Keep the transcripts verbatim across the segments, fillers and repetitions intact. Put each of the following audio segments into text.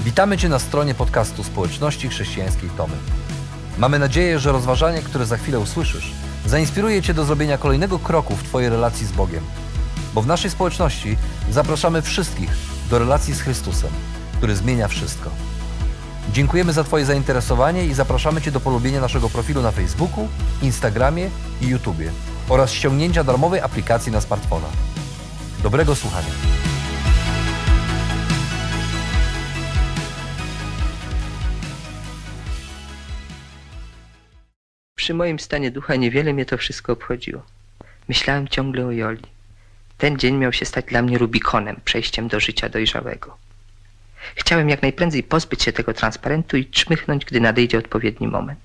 Witamy Cię na stronie podcastu Społeczności Chrześcijańskiej Tomy. Mamy nadzieję, że rozważanie, które za chwilę usłyszysz, zainspiruje Cię do zrobienia kolejnego kroku w Twojej relacji z Bogiem. Bo w naszej społeczności zapraszamy wszystkich do relacji z Chrystusem, który zmienia wszystko. Dziękujemy za Twoje zainteresowanie i zapraszamy Cię do polubienia naszego profilu na Facebooku, Instagramie i YouTubie oraz ściągnięcia darmowej aplikacji na smartfona. Dobrego słuchania. Przy moim stanie ducha niewiele mnie to wszystko obchodziło. Myślałem ciągle o Joli. Ten dzień miał się stać dla mnie Rubikonem, przejściem do życia dojrzałego. Chciałem jak najprędzej pozbyć się tego transparentu i czmychnąć, gdy nadejdzie odpowiedni moment.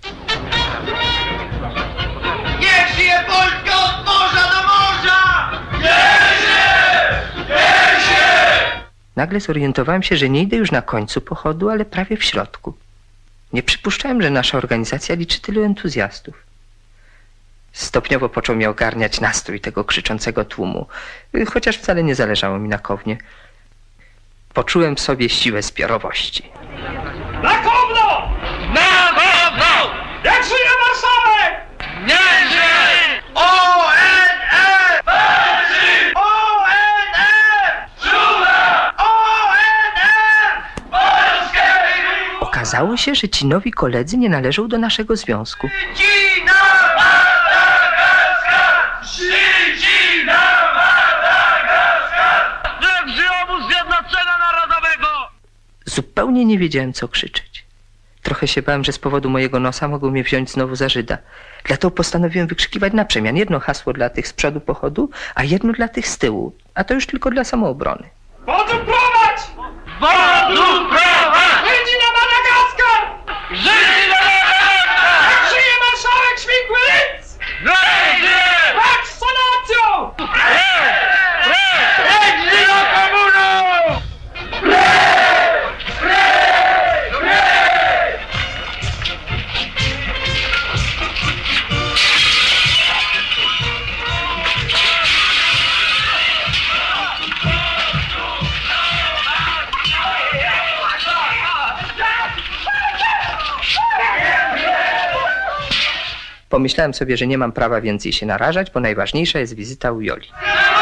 Niech żyje Polska od morza do morza! Niech żyje! Niech żyje! Nagle zorientowałem się, że nie idę już na końcu pochodu, ale prawie w środku. Nie przypuszczałem, że nasza organizacja liczy tylu entuzjastów. Stopniowo począł mnie ogarniać nastrój tego krzyczącego tłumu, chociaż wcale nie zależało mi na Kownie. Poczułem w sobie siłę zbiorowości. Na Kowno! Na Kowno! Jak żyje marszałek! Nie żyje! O N F! Walczy! O N F! Żula! O N F! Polskiej! Okazało się, że ci nowi koledzy nie należą do naszego związku. Żydzi na Madagaskar! Żydzi na Madagaskar! Niech żyje obóz Zjednoczenia Narodowego! Zupełnie nie wiedziałem, co krzyczeć. Trochę się bałem, że z powodu mojego nosa mogą mnie wziąć znowu za Żyda. Dlatego postanowiłem wykrzykiwać na przemian jedno hasło dla tych z przodu pochodu, a jedno dla tych z tyłu, a to już tylko dla samoobrony. Wodzu prowadź! Wodzu prowadź! Żydzi na Madagaskar! Żydzi na Madagaskar! Jak żyje marszałek Śmigły Lidz! Żyje! Patrz z sanacją! Żydzi na komunę! Pomyślałem sobie, że nie mam prawa więcej się narażać, bo najważniejsza jest wizyta u Joli.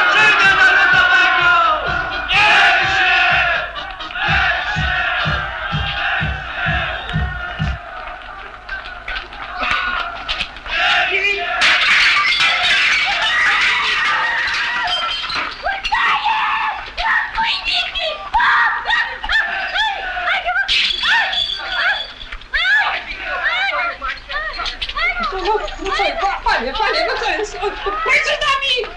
Panie, panie, no co jest? Między nami!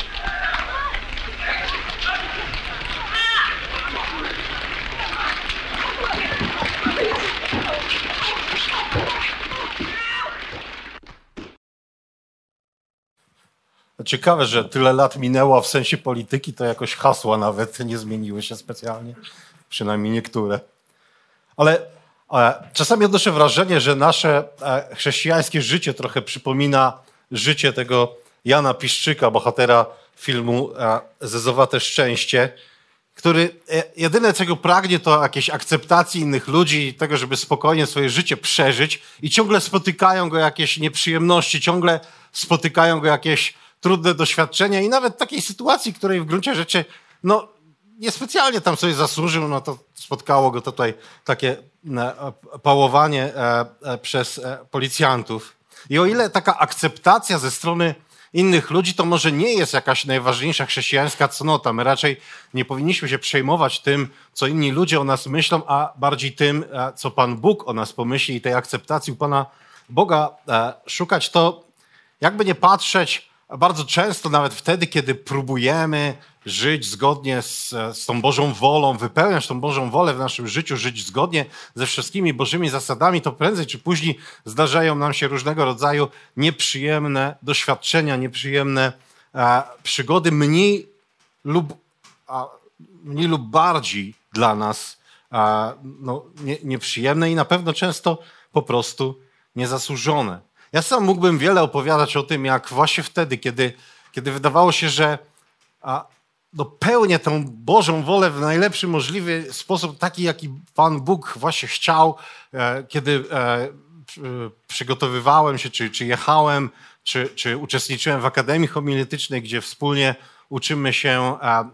Ciekawe, że tyle lat minęło, a w sensie polityki to jakoś hasła nawet nie zmieniły się specjalnie. Przynajmniej niektóre. Ale e, czasami odnoszę wrażenie, że nasze e, chrześcijańskie życie trochę przypomina życie tego Jana Piszczyka, bohatera filmu e, Zezowate Szczęście, który e, jedyne, czego pragnie, to jakiejś akceptacji innych ludzi i tego, żeby spokojnie swoje życie przeżyć i ciągle spotykają go jakieś nieprzyjemności, ciągle spotykają go jakieś trudne doświadczenia i nawet takiej sytuacji, której w gruncie rzeczy no, niespecjalnie tam sobie zasłużył, no to spotkało go tutaj takie e, pałowanie e, e, przez e, policjantów. I o ile taka akceptacja ze strony innych ludzi to może nie jest jakaś najważniejsza chrześcijańska cnota, my raczej nie powinniśmy się przejmować tym, co inni ludzie o nas myślą, a bardziej tym, e, co Pan Bóg o nas pomyśli i tej akceptacji u Pana Boga e, szukać, to jakby nie patrzeć, bardzo często nawet wtedy, kiedy próbujemy żyć zgodnie z, z tą Bożą wolą, wypełniać tą Bożą wolę w naszym życiu, żyć zgodnie ze wszystkimi Bożymi zasadami, to prędzej czy później zdarzają nam się różnego rodzaju nieprzyjemne doświadczenia, nieprzyjemne e, przygody, mniej lub, a, mniej lub bardziej dla nas e, no, nie, nieprzyjemne i na pewno często po prostu niezasłużone. Ja sam mógłbym wiele opowiadać o tym, jak właśnie wtedy, kiedy, kiedy wydawało się, że a, no, pełnię tę Bożą wolę w najlepszy możliwy sposób, taki jaki Pan Bóg właśnie chciał, e, kiedy e, przygotowywałem się, czy, czy jechałem, czy, czy uczestniczyłem w Akademii Homiletycznej, gdzie wspólnie uczymy się e, e,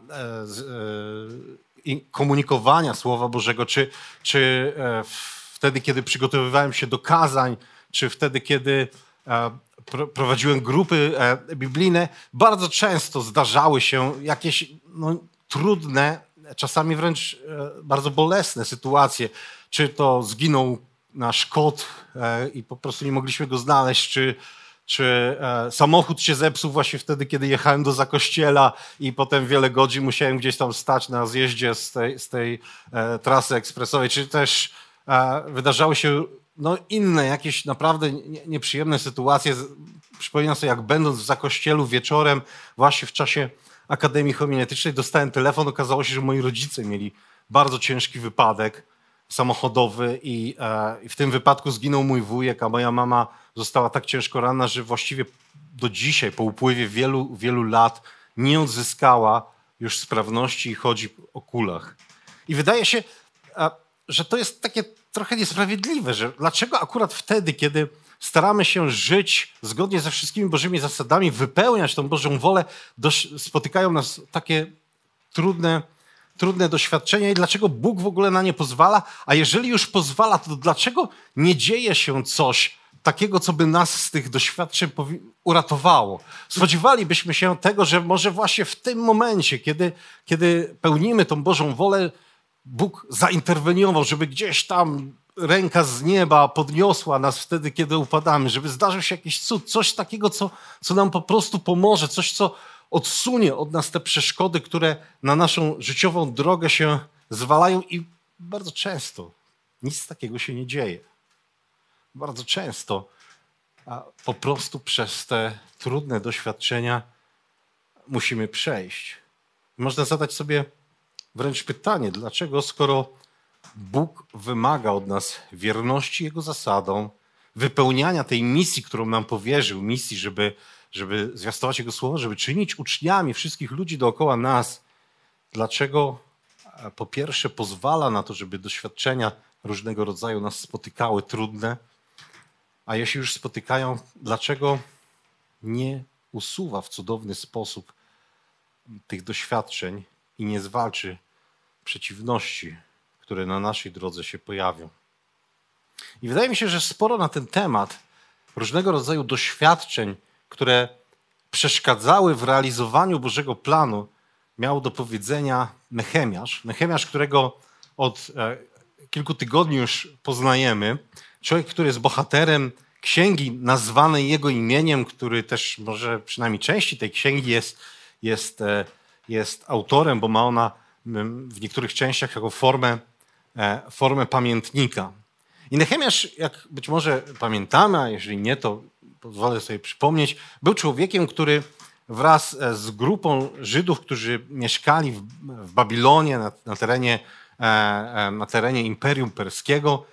e, komunikowania Słowa Bożego, czy, czy e, wtedy, kiedy przygotowywałem się do kazań, czy wtedy, kiedy e, prowadziłem grupy e, biblijne, bardzo często zdarzały się jakieś no, trudne, czasami wręcz e, bardzo bolesne sytuacje. Czy to zginął nasz kot e, i po prostu nie mogliśmy go znaleźć, czy, czy e, samochód się zepsuł właśnie wtedy, kiedy jechałem do Zakościela i potem wiele godzin musiałem gdzieś tam stać na zjeździe z tej, z tej e, trasy ekspresowej, czy też e, wydarzały się no, inne jakieś naprawdę nie, nieprzyjemne sytuacje. Przypominam sobie, jak będąc w Zakościelu wieczorem, właśnie w czasie Akademii Homiletycznej dostałem telefon, okazało się, że moi rodzice mieli bardzo ciężki wypadek samochodowy i, e, i w tym wypadku zginął mój wujek, a moja mama została tak ciężko ranna, że właściwie do dzisiaj, po upływie wielu, wielu lat, nie odzyskała już sprawności i chodzi o kulach. I wydaje się, e, że to jest takie trochę niesprawiedliwe, że dlaczego akurat wtedy, kiedy staramy się żyć zgodnie ze wszystkimi Bożymi zasadami, wypełniać tą Bożą wolę, dość, spotykają nas takie trudne trudne doświadczenia i dlaczego Bóg w ogóle na nie pozwala, a jeżeli już pozwala, to dlaczego nie dzieje się coś takiego, co by nas z tych doświadczeń uratowało? Spodziewalibyśmy się tego, że może właśnie w tym momencie, kiedy, kiedy pełnimy tą Bożą wolę, Bóg zainterweniował, żeby gdzieś tam ręka z nieba podniosła nas wtedy, kiedy upadamy, żeby zdarzył się jakiś cud, coś takiego, co, co nam po prostu pomoże, coś, co odsunie od nas te przeszkody, które na naszą życiową drogę się zwalają i bardzo często nic takiego się nie dzieje. Bardzo często a po prostu przez te trudne doświadczenia musimy przejść. Można zadać sobie wręcz pytanie, dlaczego skoro Bóg wymaga od nas wierności Jego zasadom, wypełniania tej misji, którą nam powierzył, misji, żeby żeby zwiastować Jego Słowo, żeby czynić uczniami wszystkich ludzi dookoła nas. Dlaczego po pierwsze pozwala na to, żeby doświadczenia różnego rodzaju nas spotykały trudne, a jeśli już spotykają, dlaczego nie usuwa w cudowny sposób tych doświadczeń i nie zwalczy przeciwności, które na naszej drodze się pojawią. I wydaje mi się, że sporo na ten temat różnego rodzaju doświadczeń, które przeszkadzały w realizowaniu Bożego planu, miał do powiedzenia Nehemiasz. Nehemiasz, którego od e, kilku tygodni już poznajemy. Człowiek, który jest bohaterem księgi nazwanej jego imieniem, który też może przynajmniej części tej księgi jest, jest, e, jest autorem, bo ma ona w niektórych częściach jako formę, e, formę pamiętnika. I Nehemiasz, jak być może pamiętamy, a jeżeli nie, to pozwolę sobie przypomnieć, był człowiekiem, który wraz z grupą Żydów, którzy mieszkali w, w Babilonie, na, na, terenie, e, na terenie Imperium Perskiego,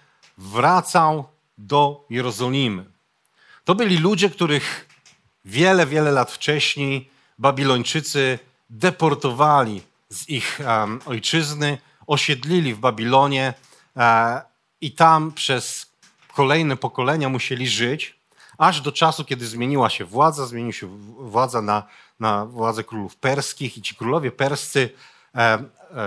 wracał do Jerozolimy. To byli ludzie, których wiele, wiele lat wcześniej Babilończycy deportowali z ich um, ojczyzny, osiedlili w Babilonie e, i tam przez kolejne pokolenia musieli żyć, aż do czasu, kiedy zmieniła się władza, zmieniła się władza na, na władzę królów perskich i ci królowie perscy e, e,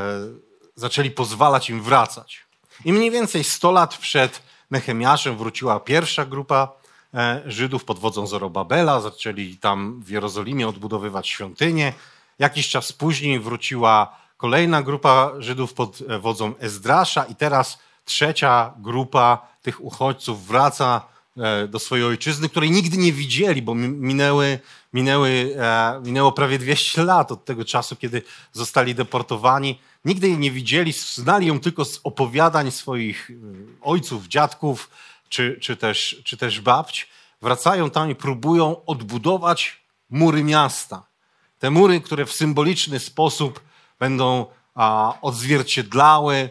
zaczęli pozwalać im wracać. I mniej więcej sto lat przed Nehemiaszem wróciła pierwsza grupa e, Żydów pod wodzą Zorobabela, zaczęli tam w Jerozolimie odbudowywać świątynię. Jakiś czas później wróciła kolejna grupa Żydów pod wodzą Ezdrasza i teraz trzecia grupa tych uchodźców wraca do swojej ojczyzny, której nigdy nie widzieli, bo minęły, minęły, minęło prawie dwieście lat od tego czasu, kiedy zostali deportowani. Nigdy jej nie widzieli, znali ją tylko z opowiadań swoich ojców, dziadków, czy, czy, też, czy też babć. Wracają tam i próbują odbudować mury miasta. Te mury, które w symboliczny sposób będą a, odzwierciedlały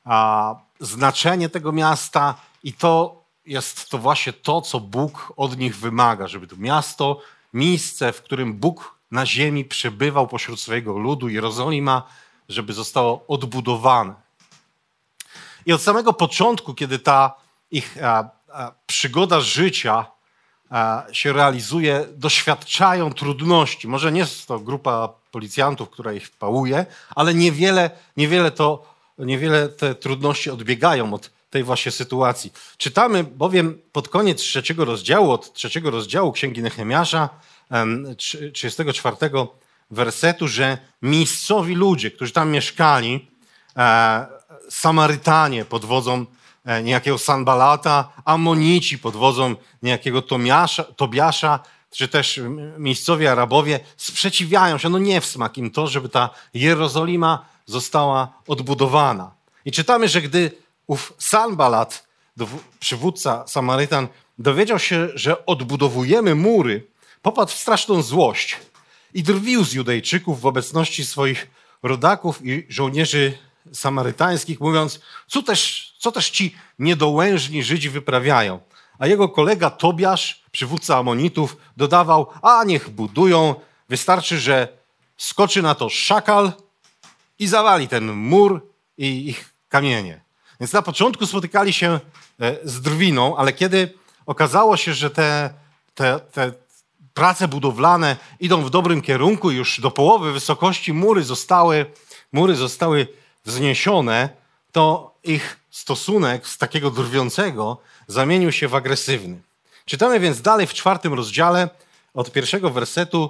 a, znaczenie tego miasta i to jest to właśnie to, co Bóg od nich wymaga, żeby to miasto, miejsce, w którym Bóg na ziemi przebywał pośród swojego ludu Jerozolima, żeby zostało odbudowane. I od samego początku, kiedy ta ich a, a, przygoda życia a, się realizuje, doświadczają trudności. Może nie jest to grupa policjantów, która ich pałuje, ale niewiele, niewiele, to, niewiele te trudności odbiegają od tej właśnie sytuacji. Czytamy bowiem pod koniec trzeciego rozdziału, od trzeciego rozdziału Księgi Nehemiasza, trzydziestego czwartego wersetu, że miejscowi ludzie, którzy tam mieszkali, e, Samarytanie pod wodzą e, niejakiego Sanbalata, Amonici pod wodzą niejakiego Tomiasza, Tobiasza, czy też miejscowi Arabowie sprzeciwiają się, no nie w smak im to, żeby ta Jerozolima została odbudowana. I czytamy, że gdy ów Sanbalat, przywódca Samarytan, dowiedział się, że odbudowujemy mury, popadł w straszną złość i drwił z Judejczyków w obecności swoich rodaków i żołnierzy samarytańskich, mówiąc, co też, co też ci niedołężni Żydzi wyprawiają. A jego kolega Tobiasz, przywódca Amonitów, dodawał, a niech budują, wystarczy, że skoczy na to szakal i zawali ten mur i ich kamienie. Więc na początku spotykali się z drwiną, ale kiedy okazało się, że te, te, te prace budowlane idą w dobrym kierunku, już do połowy wysokości mury zostały, mury zostały wzniesione, to ich stosunek z takiego drwiącego zamienił się w agresywny. Czytamy więc dalej w czwartym rozdziale od pierwszego wersetu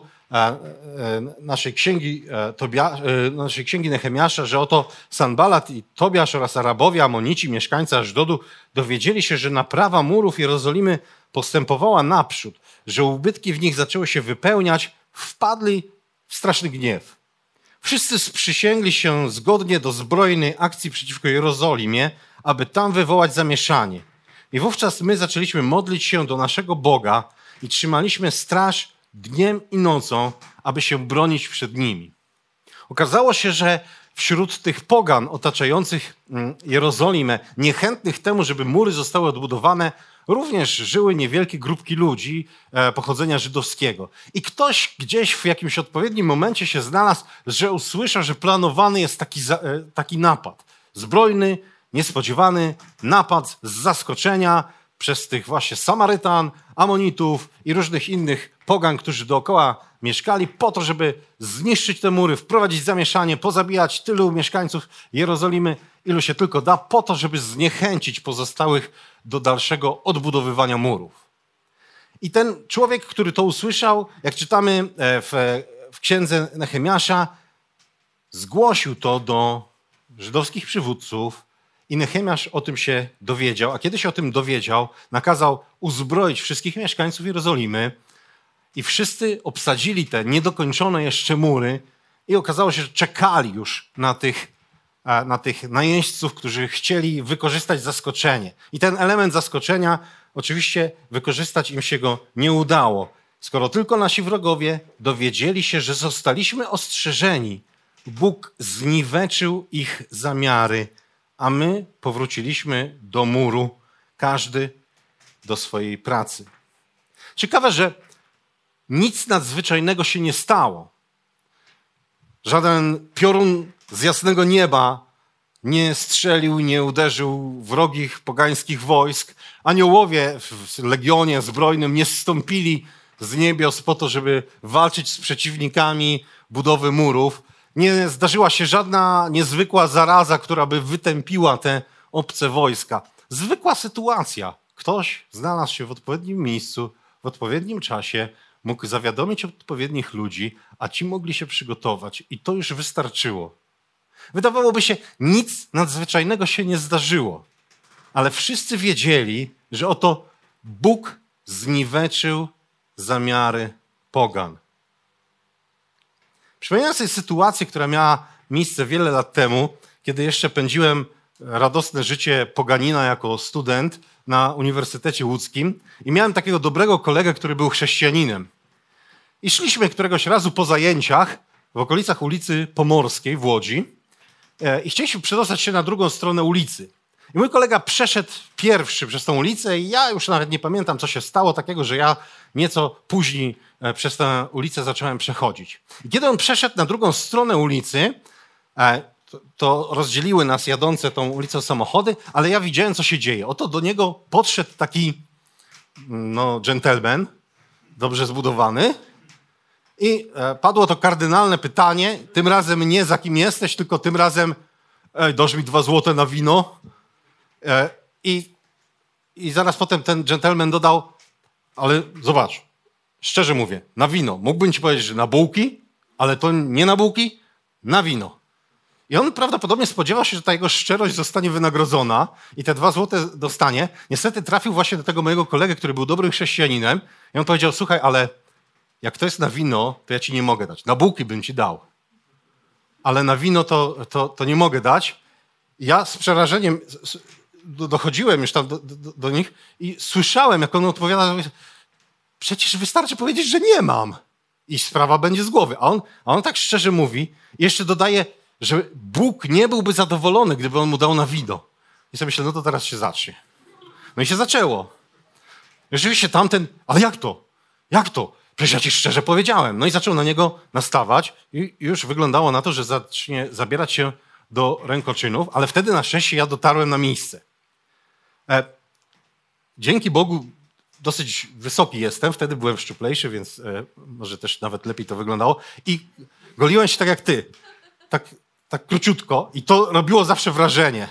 naszej księgi, Tobia, naszej księgi Nehemiasza, że oto Sanbalat i Tobiasz oraz Arabowie, Amonici, mieszkańcy Ażdodu dowiedzieli się, że naprawa murów Jerozolimy postępowała naprzód, że ubytki w nich zaczęły się wypełniać, wpadli w straszny gniew. Wszyscy sprzysięgli się zgodnie do zbrojnej akcji przeciwko Jerozolimie, aby tam wywołać zamieszanie. I wówczas my zaczęliśmy modlić się do naszego Boga i trzymaliśmy straż dniem i nocą, aby się bronić przed nimi. Okazało się, że wśród tych pogan otaczających Jerozolimę, niechętnych temu, żeby mury zostały odbudowane, również żyły niewielkie grupki ludzi pochodzenia żydowskiego. I ktoś gdzieś w jakimś odpowiednim momencie się znalazł, że usłyszał, że planowany jest taki, taki napad. Zbrojny, niespodziewany napad z zaskoczenia przez tych właśnie Samarytan, Amonitów i różnych innych pogan, którzy dookoła mieszkali, po to, żeby zniszczyć te mury, wprowadzić zamieszanie, pozabijać tylu mieszkańców Jerozolimy, ilu się tylko da, po to, żeby zniechęcić pozostałych do dalszego odbudowywania murów. I ten człowiek, który to usłyszał, jak czytamy w, w księdze Nehemiasza, zgłosił to do żydowskich przywódców i Nehemiasz o tym się dowiedział, a kiedy się o tym dowiedział, nakazał uzbroić wszystkich mieszkańców Jerozolimy i wszyscy obsadzili te niedokończone jeszcze mury i okazało się, że czekali już na tych, na tych najeźdźców, którzy chcieli wykorzystać zaskoczenie. I ten element zaskoczenia oczywiście wykorzystać im się go nie udało. Skoro tylko nasi wrogowie dowiedzieli się, że zostaliśmy ostrzeżeni, Bóg zniweczył ich zamiary, a my powróciliśmy do muru, każdy do swojej pracy. Ciekawe, że nic nadzwyczajnego się nie stało. Żaden piorun z jasnego nieba nie strzelił, nie uderzył wrogich pogańskich wojsk. Aniołowie w legionie zbrojnym nie zstąpili z niebios po to, żeby walczyć z przeciwnikami budowy murów. Nie zdarzyła się żadna niezwykła zaraza, która by wytępiła te obce wojska. Zwykła sytuacja. Ktoś znalazł się w odpowiednim miejscu, w odpowiednim czasie, mógł zawiadomić odpowiednich ludzi, a ci mogli się przygotować. I to już wystarczyło. Wydawałoby się, nic nadzwyczajnego się nie zdarzyło. Ale wszyscy wiedzieli, że oto Bóg zniweczył zamiary pogan. Przypominam sobie sytuację, która miała miejsce wiele lat temu, kiedy jeszcze pędziłem radosne życie poganina jako student na Uniwersytecie Łódzkim i miałem takiego dobrego kolegę, który był chrześcijaninem. I szliśmy któregoś razu po zajęciach w okolicach ulicy Pomorskiej w Łodzi i chcieliśmy przedostać się na drugą stronę ulicy. I mój kolega przeszedł pierwszy przez tą ulicę i ja już nawet nie pamiętam, co się stało takiego, że ja nieco później przez tę ulicę zacząłem przechodzić. I kiedy on przeszedł na drugą stronę ulicy, to, to rozdzieliły nas jadące tą ulicą samochody, ale ja widziałem, co się dzieje. Oto do niego podszedł taki no, dżentelmen, dobrze zbudowany, i padło to kardynalne pytanie, tym razem nie za kim jesteś, tylko tym razem ej, dasz mi dwa złote na wino. I, I zaraz potem ten dżentelmen dodał, ale zobacz, szczerze mówię, na wino. Mógłbym ci powiedzieć, że na bułki, ale to nie na bułki, na wino. I on prawdopodobnie spodziewał się, że ta jego szczerość zostanie wynagrodzona i te dwa złote dostanie. Niestety trafił właśnie do tego mojego kolegę, który był dobrym chrześcijaninem i on powiedział, słuchaj, ale jak to jest na wino, to ja ci nie mogę dać. Na bułki bym ci dał, ale na wino to, to, to nie mogę dać. I ja z przerażeniem dochodziłem już tam do, do, do nich i słyszałem, jak on odpowiada, przecież wystarczy powiedzieć, że nie mam i sprawa będzie z głowy. A on, a on tak szczerze mówi i jeszcze dodaje, że Bóg nie byłby zadowolony, gdyby on mu dał na wino. I sobie myślę, no to teraz się zacznie. No i się zaczęło. Rzeczywiście tamten, ale jak to? Jak to? Przecież ja ci szczerze powiedziałem. No i zaczął na niego nastawać i już wyglądało na to, że zacznie zabierać się do rękoczynów, ale wtedy na szczęście ja dotarłem na miejsce. E, dzięki Bogu dosyć wysoki jestem, wtedy byłem szczuplejszy, więc e, może też nawet lepiej to wyglądało. I goliłem się tak jak ty, tak, tak króciutko i to robiło zawsze wrażenie.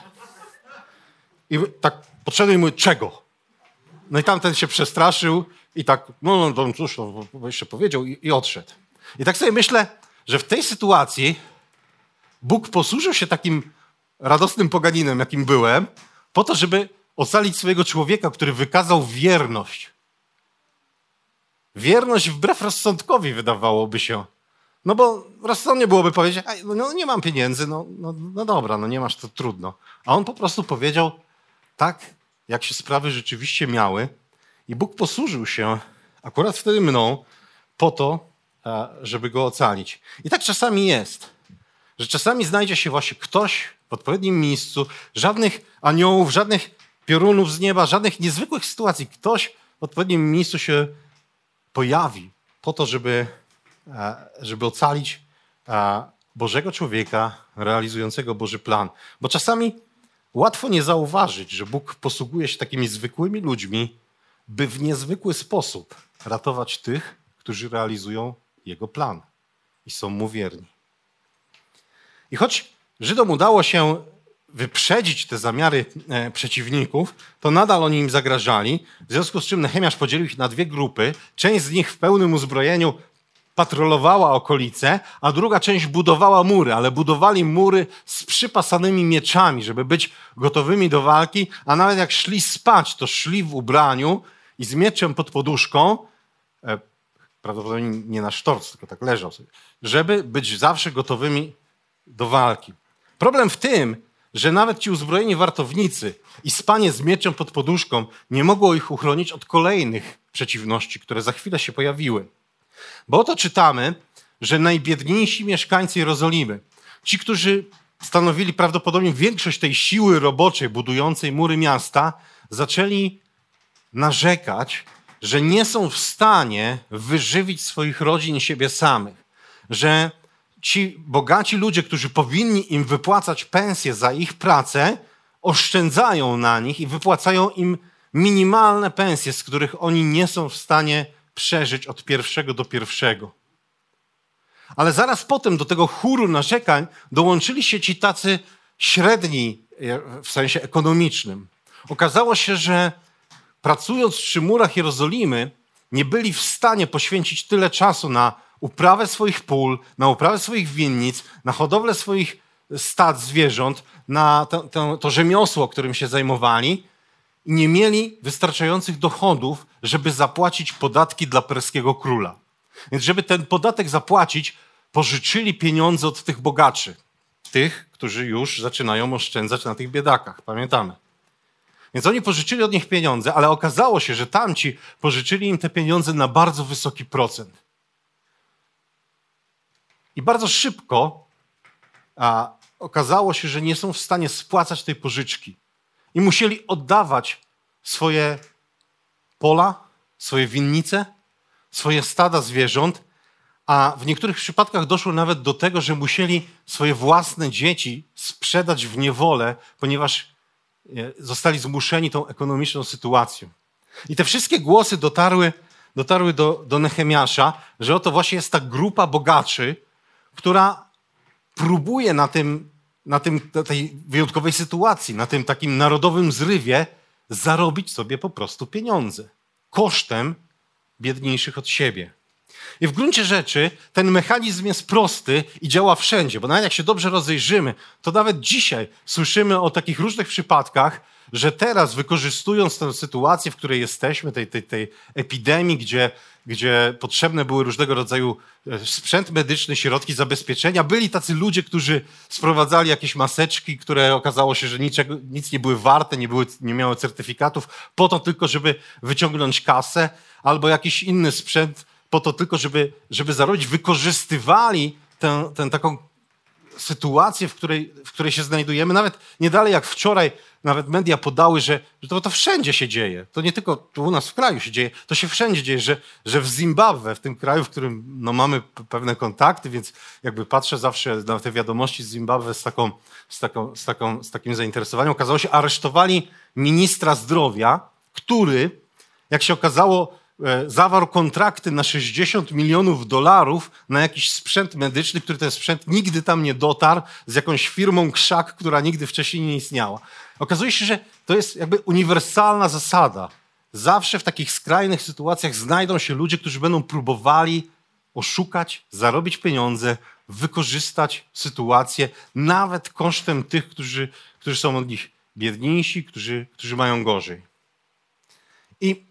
I tak podszedłem i mówię, czego? No i tamten się przestraszył i tak, no, no, no cóż, no, jeszcze powiedział i, i odszedł. I tak sobie myślę, że w tej sytuacji Bóg posłużył się takim radosnym poganinem, jakim byłem, po to, żeby ocalić swojego człowieka, który wykazał wierność. Wierność wbrew rozsądkowi, wydawałoby się. No bo rozsądnie byłoby powiedzieć, no nie mam pieniędzy, no, no, no dobra, no nie masz, to trudno. A on po prostu powiedział tak, jak się sprawy rzeczywiście miały i Bóg posłużył się akurat wtedy mną po to, żeby go ocalić. I tak czasami jest, że czasami znajdzie się właśnie ktoś w odpowiednim miejscu, żadnych aniołów, żadnych piorunów z nieba, żadnych niezwykłych sytuacji. Ktoś w odpowiednim miejscu się pojawi po to, żeby, żeby ocalić Bożego człowieka realizującego Boży plan. Bo czasami łatwo nie zauważyć, że Bóg posługuje się takimi zwykłymi ludźmi, by w niezwykły sposób ratować tych, którzy realizują Jego plan i są Mu wierni. I choć Żydom udało się wyprzedzić te zamiary e, przeciwników, to nadal oni im zagrażali, w związku z czym Nehemiasz podzielił ich na dwie grupy. Część z nich w pełnym uzbrojeniu patrolowała okolice, a druga część budowała mury, ale budowali mury z przypasanymi mieczami, żeby być gotowymi do walki, a nawet jak szli spać, to szli w ubraniu i z mieczem pod poduszką, e, prawdopodobnie nie na sztorc, tylko tak leżał sobie, żeby być zawsze gotowymi do walki. Problem w tym, że nawet ci uzbrojeni wartownicy i spanie z mieczem pod poduszką nie mogło ich uchronić od kolejnych przeciwności, które za chwilę się pojawiły. Bo oto czytamy, że najbiedniejsi mieszkańcy Jerozolimy, ci, którzy stanowili prawdopodobnie większość tej siły roboczej budującej mury miasta, zaczęli narzekać, że nie są w stanie wyżywić swoich rodzin i siebie samych, że ci bogaci ludzie, którzy powinni im wypłacać pensje za ich pracę, oszczędzają na nich i wypłacają im minimalne pensje, z których oni nie są w stanie przeżyć od pierwszego do pierwszego. Ale zaraz potem do tego chóru narzekań dołączyli się ci tacy średni w sensie ekonomicznym. Okazało się, że pracując przy murach Jerozolimy nie byli w stanie poświęcić tyle czasu na uprawę swoich pól, na uprawę swoich winnic, na hodowlę swoich stad zwierząt, na to, to, to rzemiosło, którym się zajmowali i nie mieli wystarczających dochodów, żeby zapłacić podatki dla perskiego króla. Więc żeby ten podatek zapłacić, pożyczyli pieniądze od tych bogaczy, tych, którzy już zaczynają oszczędzać na tych biedakach, pamiętamy. Więc oni pożyczyli od nich pieniądze, ale okazało się, że tamci pożyczyli im te pieniądze na bardzo wysoki procent. I bardzo szybko a, okazało się, że nie są w stanie spłacać tej pożyczki. i musieli oddawać swoje pola, swoje winnice, swoje stada zwierząt, a w niektórych przypadkach doszło nawet do tego, że musieli swoje własne dzieci sprzedać w niewolę, ponieważ zostali zmuszeni tą ekonomiczną sytuacją. I te wszystkie głosy dotarły, dotarły do, do Nehemiasza, że oto właśnie jest ta grupa bogaczy, która próbuje na, tym, na, tym, na tej wyjątkowej sytuacji, na tym takim narodowym zrywie zarobić sobie po prostu pieniądze kosztem biedniejszych od siebie. I w gruncie rzeczy ten mechanizm jest prosty i działa wszędzie, bo nawet jak się dobrze rozejrzymy, to nawet dzisiaj słyszymy o takich różnych przypadkach, że teraz wykorzystując tę sytuację, w której jesteśmy, tej, tej, tej epidemii, gdzie, gdzie potrzebne były różnego rodzaju sprzęt medyczny, środki zabezpieczenia, byli tacy ludzie, którzy sprowadzali jakieś maseczki, które okazało się, że niczego, nic nie były warte, nie, były, nie miały certyfikatów, po to tylko, żeby wyciągnąć kasę, albo jakiś inny sprzęt, po to tylko, żeby, żeby zarobić, wykorzystywali tę, tę taką sytuację, w której, w której się znajdujemy. Nawet nie dalej jak wczoraj, nawet media podały, że, że to, to wszędzie się dzieje. To nie tylko tu u nas w kraju się dzieje, to się wszędzie dzieje, że, że w Zimbabwe, w tym kraju, w którym no, mamy pewne kontakty, więc jakby patrzę zawsze na te wiadomości z Zimbabwe z, taką, z, taką, z, taką, z takim zainteresowaniem. Okazało się, aresztowali ministra zdrowia, który, jak się okazało, zawarł kontrakty na sześćdziesiąt milionów dolarów na jakiś sprzęt medyczny, który ten sprzęt nigdy tam nie dotarł, z jakąś firmą krzak, która nigdy wcześniej nie istniała. Okazuje się, że to jest jakby uniwersalna zasada. Zawsze w takich skrajnych sytuacjach znajdą się ludzie, którzy będą próbowali oszukać, zarobić pieniądze, wykorzystać sytuację, nawet kosztem tych, którzy, którzy są od nich biedniejsi, którzy, którzy mają gorzej. I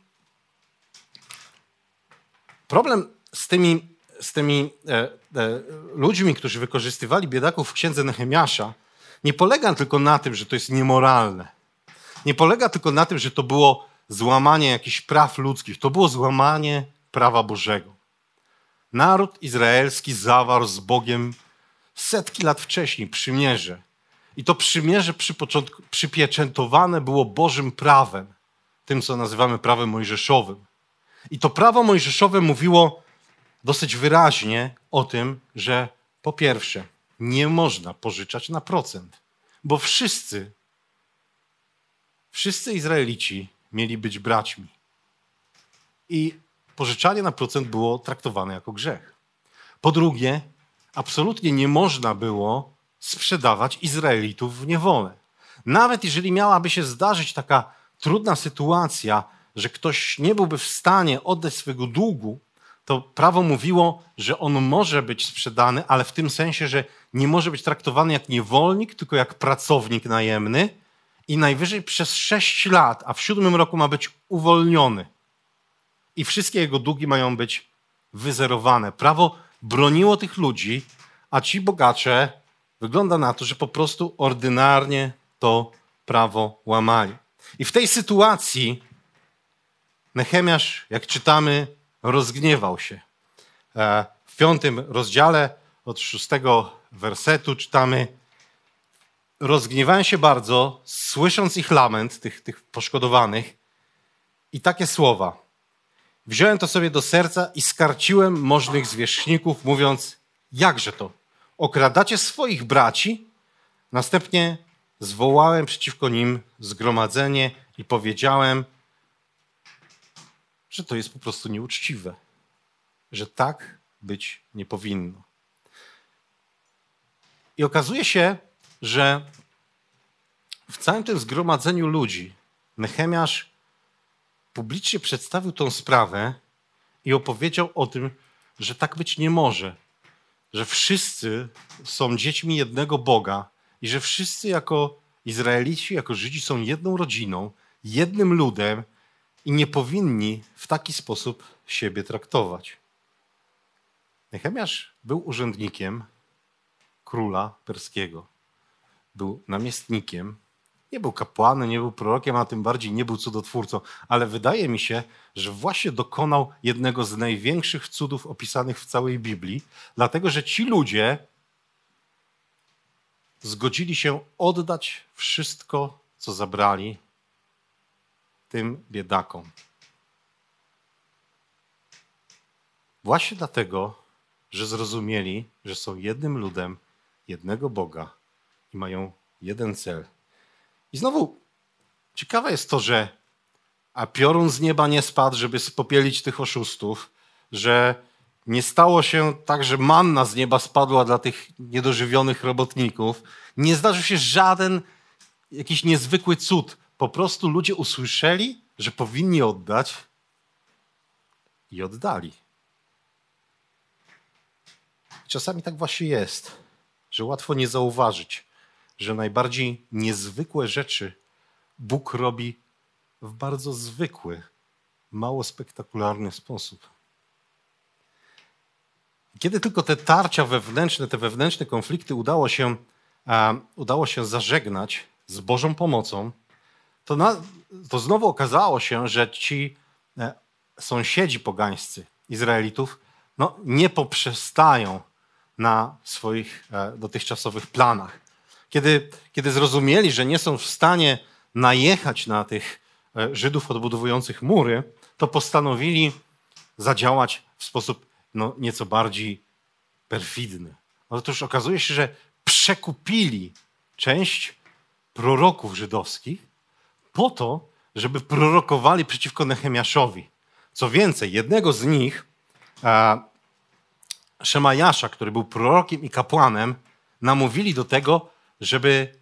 problem z tymi, z tymi e, e, ludźmi, którzy wykorzystywali biedaków w księdze Nehemiasza, nie polega tylko na tym, że to jest niemoralne. Nie polega tylko na tym, że to było złamanie jakichś praw ludzkich. To było złamanie prawa Bożego. Naród izraelski zawarł z Bogiem setki lat wcześniej przymierze. I to przymierze przypieczętowane było Bożym prawem, tym, co nazywamy prawem mojżeszowym. I to prawo mojżeszowe mówiło dosyć wyraźnie o tym, że po pierwsze, nie można pożyczać na procent, bo wszyscy, wszyscy Izraelici mieli być braćmi. I pożyczanie na procent było traktowane jako grzech. Po drugie, absolutnie nie można było sprzedawać Izraelitów w niewolę. Nawet jeżeli miałaby się zdarzyć taka trudna sytuacja, że ktoś nie byłby w stanie oddać swojego długu, to prawo mówiło, że on może być sprzedany, ale w tym sensie, że nie może być traktowany jak niewolnik, tylko jak pracownik najemny i najwyżej przez sześć lat, a w siódmym roku ma być uwolniony. I wszystkie jego długi mają być wyzerowane. Prawo broniło tych ludzi, a ci bogacze wygląda na to, że po prostu ordynarnie to prawo łamali. I w tej sytuacji Nehemiasz, jak czytamy, rozgniewał się. W piątym rozdziale od szóstego wersetu czytamy: rozgniewałem się bardzo, słysząc ich lament, tych, tych poszkodowanych, i takie słowa. Wziąłem to sobie do serca i skarciłem możnych zwierzchników, mówiąc: jakże to? Okradacie swoich braci? Następnie zwołałem przeciwko nim zgromadzenie i powiedziałem, że to jest po prostu nieuczciwe, że tak być nie powinno. I okazuje się, że w całym tym zgromadzeniu ludzi Nehemiasz publicznie przedstawił tą sprawę i opowiedział o tym, że tak być nie może, że wszyscy są dziećmi jednego Boga i że wszyscy jako Izraelici, jako Żydzi są jedną rodziną, jednym ludem i nie powinni w taki sposób siebie traktować. Nehemiasz był urzędnikiem króla perskiego. Był namiestnikiem. Nie był kapłanem, nie był prorokiem, a tym bardziej nie był cudotwórcą. Ale wydaje mi się, że właśnie dokonał jednego z największych cudów opisanych w całej Biblii, dlatego że ci ludzie zgodzili się oddać wszystko, co zabrali tym biedakom. Właśnie dlatego, że zrozumieli, że są jednym ludem, jednego Boga i mają jeden cel. I znowu ciekawe jest to, że a piorun z nieba nie spadł, żeby spopielić tych oszustów, że nie stało się tak, że manna z nieba spadła dla tych niedożywionych robotników. Nie zdarzył się żaden jakiś niezwykły cud. Po prostu ludzie usłyszeli, że powinni oddać i oddali. Czasami tak właśnie jest, że łatwo nie zauważyć, że najbardziej niezwykłe rzeczy Bóg robi w bardzo zwykły, mało spektakularny sposób. Kiedy tylko te tarcia wewnętrzne, te wewnętrzne konflikty udało się, um, udało się zażegnać z Bożą pomocą, to, na, to znowu okazało się, że ci e, sąsiedzi pogańscy Izraelitów no, nie poprzestają na swoich e, dotychczasowych planach. Kiedy, kiedy zrozumieli, że nie są w stanie najechać na tych e, Żydów odbudowujących mury, to postanowili zadziałać w sposób no, nieco bardziej perfidny. Otóż okazuje się, że przekupili część proroków żydowskich po to, żeby prorokowali przeciwko Nehemiaszowi. Co więcej, jednego z nich, e, Szemajasza, który był prorokiem i kapłanem, namówili do tego, żeby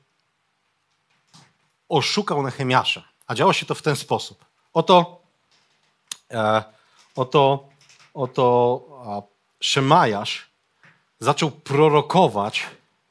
oszukał Nehemiasza. A działo się to w ten sposób. Oto, e, oto, oto a, Szemajasz zaczął prorokować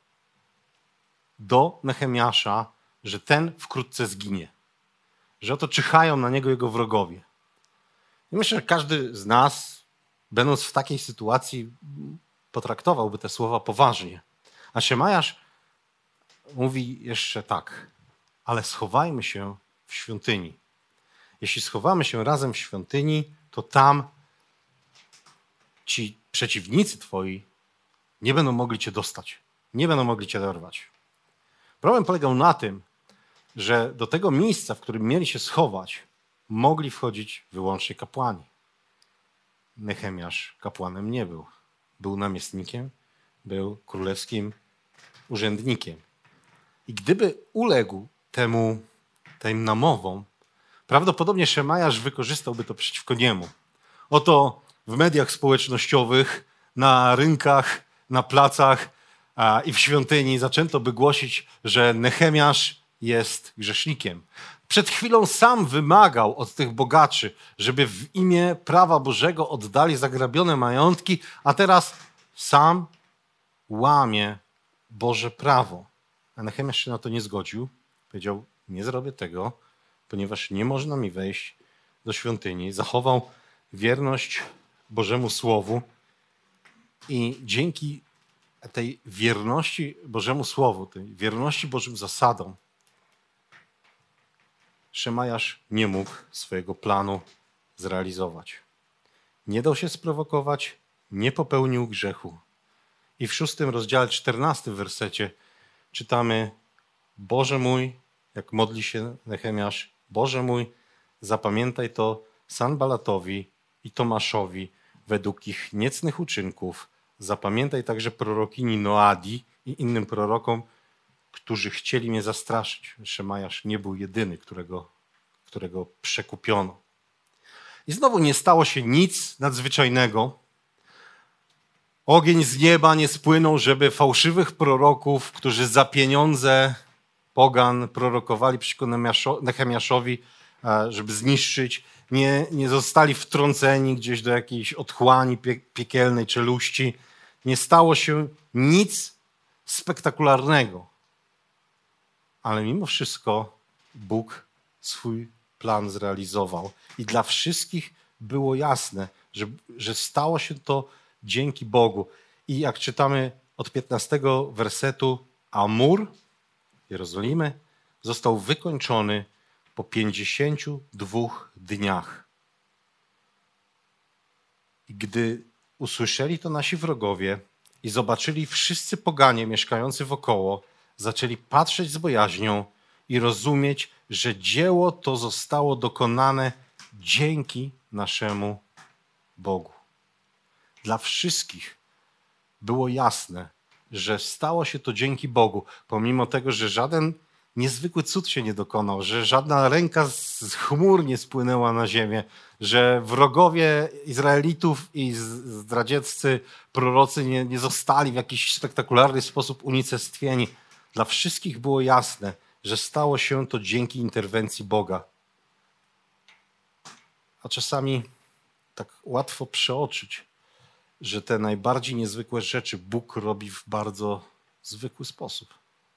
do Nehemiasza, że ten wkrótce zginie. Że oto czyhają na niego jego wrogowie. I myślę, że każdy z nas, będąc w takiej sytuacji, potraktowałby te słowa poważnie. A Szemajasz mówi jeszcze tak, ale schowajmy się w świątyni. Jeśli schowamy się razem w świątyni, to tam ci przeciwnicy twoi nie będą mogli cię dostać. Nie będą mogli cię dorwać. Problem polegał na tym, że do tego miejsca, w którym mieli się schować, mogli wchodzić wyłącznie kapłani. Nehemiasz kapłanem nie był. Był namiestnikiem, był królewskim urzędnikiem. I gdyby uległ temu, tym namowom, prawdopodobnie Szemajasz wykorzystałby to przeciwko niemu. Oto w mediach społecznościowych, na rynkach, na placach a, i w świątyni zaczęto by głosić, że Nehemiasz jest grzesznikiem. Przed chwilą sam wymagał od tych bogaczy, żeby w imię prawa Bożego oddali zagrabione majątki, a teraz sam łamie Boże prawo. A Nehemiasz się na to nie zgodził. Powiedział, nie zrobię tego, ponieważ nie można mi wejść do świątyni. Zachował wierność Bożemu Słowu i dzięki tej wierności Bożemu Słowu, tej wierności Bożym zasadom, Szemajasz nie mógł swojego planu zrealizować. Nie dał się sprowokować, nie popełnił grzechu. I w szóstym rozdziale, czternastym wersecie czytamy: Boże mój, jak modli się Nehemiasz, Boże mój, zapamiętaj to Sanbalatowi i Tomaszowi według ich niecnych uczynków. Zapamiętaj także prorokini Noadi i innym prorokom, którzy chcieli mnie zastraszyć. Szemajasz nie był jedyny, którego, którego przekupiono. I znowu nie stało się nic nadzwyczajnego. Ogień z nieba nie spłynął, żeby fałszywych proroków, którzy za pieniądze pogan prorokowali przeciwko Nehemiaszowi, żeby zniszczyć, nie, nie zostali wtrąceni gdzieś do jakiejś otchłani pie, piekielnej czeluści. Nie stało się nic spektakularnego. Ale mimo wszystko Bóg swój plan zrealizował. I dla wszystkich było jasne, że, że stało się to dzięki Bogu. I jak czytamy od piętnastego wersetu, a mur Jerozolimy został wykończony po pięćdziesięciu dwóch dniach. I gdy usłyszeli to nasi wrogowie i zobaczyli wszyscy poganie mieszkający wokoło, zaczęli patrzeć z bojaźnią i rozumieć, że dzieło to zostało dokonane dzięki naszemu Bogu. Dla wszystkich było jasne, że stało się to dzięki Bogu, pomimo tego, że żaden niezwykły cud się nie dokonał, że żadna ręka z chmur nie spłynęła na ziemię, że wrogowie Izraelitów i zdradzieccy prorocy nie, nie zostali w jakiś spektakularny sposób unicestwieni. Dla wszystkich było jasne, że stało się to dzięki interwencji Boga. A czasami tak łatwo przeoczyć, że te najbardziej niezwykłe rzeczy Bóg robi w bardzo zwykły sposób.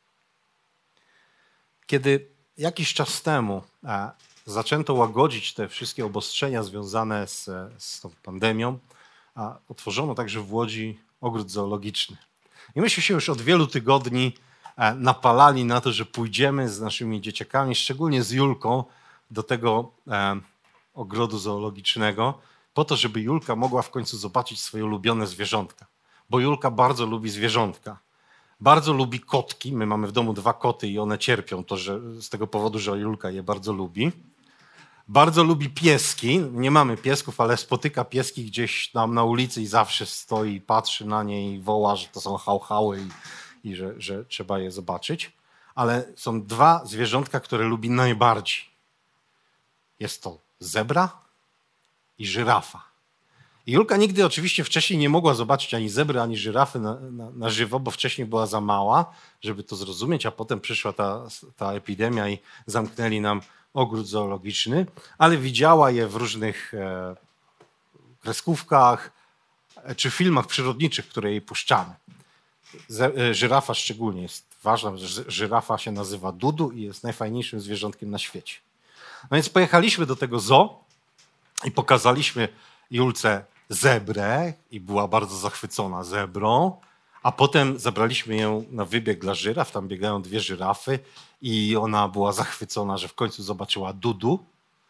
Kiedy jakiś czas temu e, zaczęto łagodzić te wszystkie obostrzenia związane z, z tą pandemią, a otworzono także w Łodzi ogród zoologiczny. I myśmy się już od wielu tygodni e, napalali na to, że pójdziemy z naszymi dzieciakami, szczególnie z Julką, do tego e, ogrodu zoologicznego, po to, żeby Julka mogła w końcu zobaczyć swoje ulubione zwierzątka. Bo Julka bardzo lubi zwierzątka. Bardzo lubi kotki. My mamy w domu dwa koty i one cierpią to, że, z tego powodu, że Julka je bardzo lubi. Bardzo lubi pieski. Nie mamy piesków, ale spotyka pieski gdzieś tam na ulicy i zawsze stoi, patrzy na nie i woła, że to są hał-hały i, i że, że trzeba je zobaczyć. Ale są dwa zwierzątka, które lubi najbardziej. Jest to zebra i żyrafa. I Julka nigdy oczywiście wcześniej nie mogła zobaczyć ani zebry, ani żyrafy na, na, na żywo, bo wcześniej była za mała, żeby to zrozumieć, a potem przyszła ta, ta epidemia i zamknęli nam ogród zoologiczny, ale widziała je w różnych e, kreskówkach e, czy filmach przyrodniczych, które jej puszczamy. Z, e, żyrafa szczególnie jest ważna, że żyrafa się nazywa Dudu i jest najfajniejszym zwierzątkiem na świecie. No więc pojechaliśmy do tego zoo i pokazaliśmy Julce zebrę i była bardzo zachwycona zebrą, a potem zabraliśmy ją na wybieg dla żyraf, tam biegają dwie żyrafy i ona była zachwycona, że w końcu zobaczyła Dudu.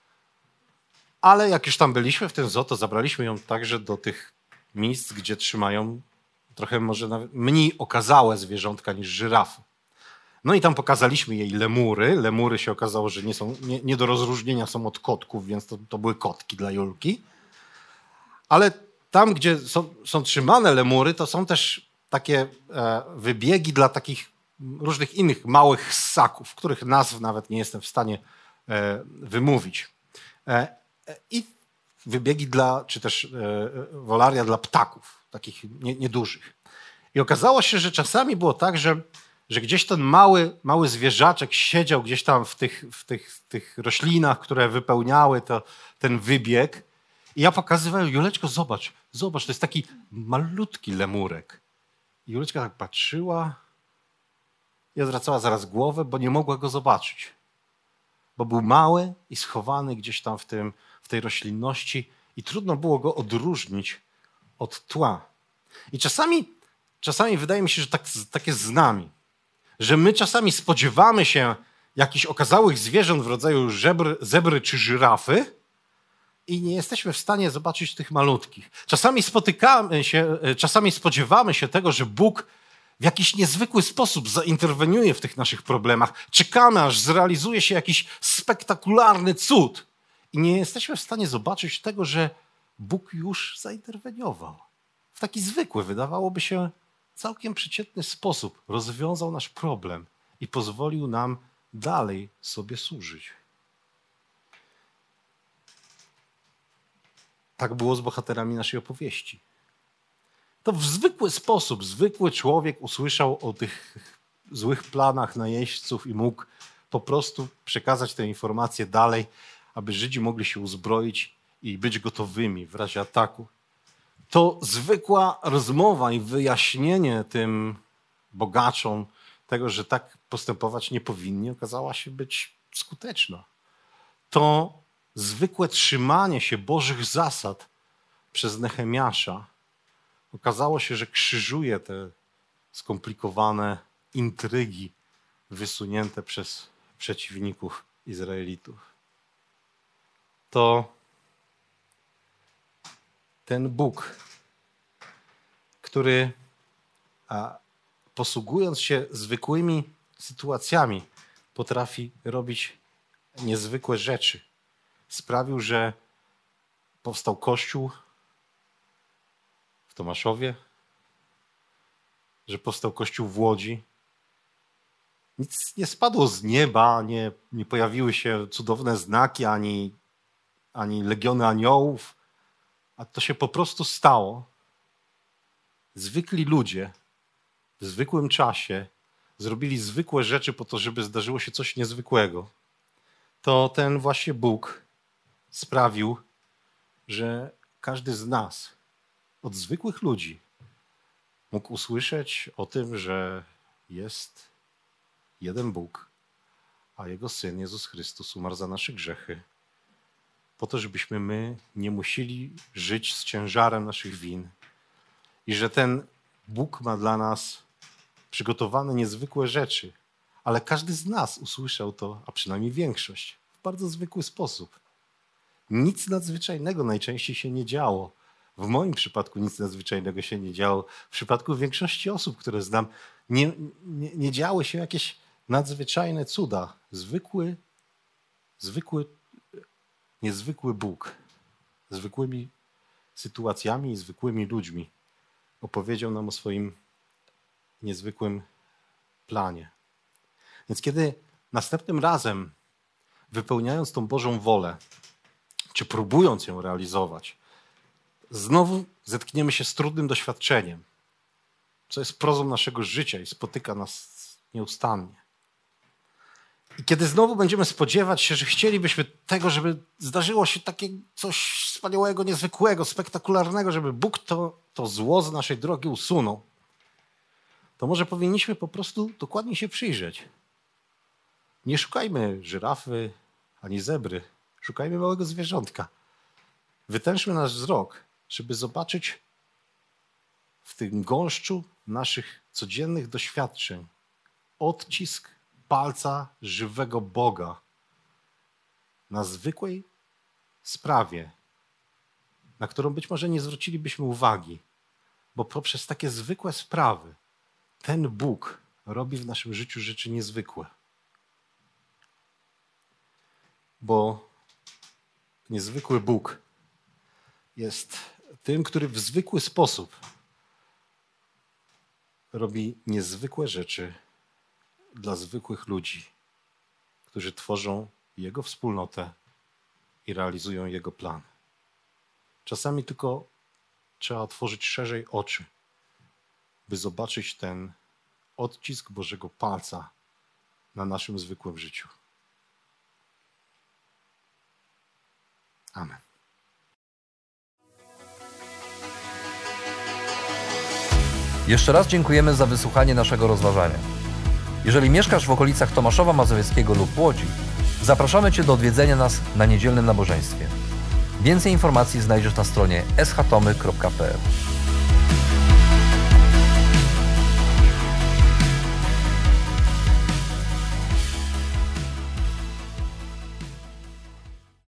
Ale jak już tam byliśmy w tym zoo, to zabraliśmy ją także do tych miejsc, gdzie trzymają trochę może nawet mniej okazałe zwierzątka niż żyrafy. No i tam pokazaliśmy jej lemury. Lemury się okazało, że nie, są, nie, nie do rozróżnienia są od kotków, więc to, to były kotki dla Julki. Ale tam, gdzie są, są trzymane lemury, to są też takie e, wybiegi dla takich różnych innych małych ssaków, których nazw nawet nie jestem w stanie e, wymówić. E, I wybiegi dla, czy też e, wolaria dla ptaków, takich nie, niedużych. I okazało się, że czasami było tak, że, że gdzieś ten mały, mały zwierzaczek siedział gdzieś tam w tych, w tych, w tych roślinach, które wypełniały to, ten wybieg. I ja pokazywałem, Juleczko, zobacz, zobacz, to jest taki malutki lemurek. I Juleczka tak patrzyła i odwracała zaraz głowę, bo nie mogła go zobaczyć. Bo był mały i schowany gdzieś tam w, tym, w tej roślinności i trudno było go odróżnić od tła. I czasami, czasami wydaje mi się, że tak, tak jest z nami. Że my czasami spodziewamy się jakichś okazałych zwierząt w rodzaju żebr, zebry czy żyrafy, i nie jesteśmy w stanie zobaczyć tych malutkich. Czasami spotykamy się, czasami spodziewamy się tego, że Bóg w jakiś niezwykły sposób zainterweniuje w tych naszych problemach. Czekamy, aż zrealizuje się jakiś spektakularny cud. I nie jesteśmy w stanie zobaczyć tego, że Bóg już zainterweniował. W taki zwykły, wydawałoby się, całkiem przeciętny sposób rozwiązał nasz problem i pozwolił nam dalej sobie służyć. Tak było z bohaterami naszej opowieści. To w zwykły sposób, zwykły człowiek usłyszał o tych złych planach najeźdźców i mógł po prostu przekazać tę informację dalej, aby Żydzi mogli się uzbroić i być gotowymi w razie ataku. To zwykła rozmowa i wyjaśnienie tym bogaczom tego, że tak postępować nie powinni, okazała się być skuteczna. To zwykłe trzymanie się Bożych zasad przez Nehemiasza okazało się, że krzyżuje te skomplikowane intrygi wysunięte przez przeciwników Izraelitów. To ten Bóg, który posługując się zwykłymi sytuacjami, potrafi robić niezwykłe rzeczy. Sprawił, że powstał kościół w Tomaszowie, że powstał kościół w Łodzi. Nic nie spadło z nieba, nie, nie pojawiły się cudowne znaki, ani, ani legiony aniołów, a to się po prostu stało. Zwykli ludzie w zwykłym czasie zrobili zwykłe rzeczy po to, żeby zdarzyło się coś niezwykłego. To ten właśnie Bóg sprawił, że każdy z nas, od zwykłych ludzi, mógł usłyszeć o tym, że jest jeden Bóg, a Jego Syn Jezus Chrystus umarł za nasze grzechy, po to, żebyśmy my nie musieli żyć z ciężarem naszych win i że ten Bóg ma dla nas przygotowane niezwykłe rzeczy, ale każdy z nas usłyszał to, a przynajmniej większość, w bardzo zwykły sposób. Nic nadzwyczajnego najczęściej się nie działo. W moim przypadku nic nadzwyczajnego się nie działo. W przypadku większości osób, które znam, nie, nie, nie działy się jakieś nadzwyczajne cuda. Zwykły, zwykły, niezwykły Bóg, zwykłymi sytuacjami i zwykłymi ludźmi opowiedział nam o swoim niezwykłym planie. Więc kiedy następnym razem, wypełniając tą Bożą wolę, czy próbując ją realizować, znowu zetkniemy się z trudnym doświadczeniem, co jest prozą naszego życia i spotyka nas nieustannie. I kiedy znowu będziemy spodziewać się, że chcielibyśmy tego, żeby zdarzyło się takie coś wspaniałego, niezwykłego, spektakularnego, żeby Bóg to, to zło z naszej drogi usunął, to może powinniśmy po prostu dokładnie się przyjrzeć. Nie szukajmy żyrafy ani zebry, szukajmy małego zwierzątka. Wytężmy nasz wzrok, żeby zobaczyć w tym gąszczu naszych codziennych doświadczeń odcisk palca żywego Boga na zwykłej sprawie, na którą być może nie zwrócilibyśmy uwagi, bo poprzez takie zwykłe sprawy ten Bóg robi w naszym życiu rzeczy niezwykłe. Bo niezwykły Bóg jest tym, który w zwykły sposób robi niezwykłe rzeczy dla zwykłych ludzi, którzy tworzą Jego wspólnotę i realizują Jego plan. Czasami tylko trzeba otworzyć szerzej oczy, by zobaczyć ten odcisk Bożego palca na naszym zwykłym życiu. Amen. Jeszcze raz dziękujemy za wysłuchanie naszego rozważania. Jeżeli mieszkasz w okolicach Tomaszowa Mazowieckiego lub Łodzi, zapraszamy Cię do odwiedzenia nas na niedzielnym nabożeństwie. Więcej informacji znajdziesz na stronie s h tomy kropka p l.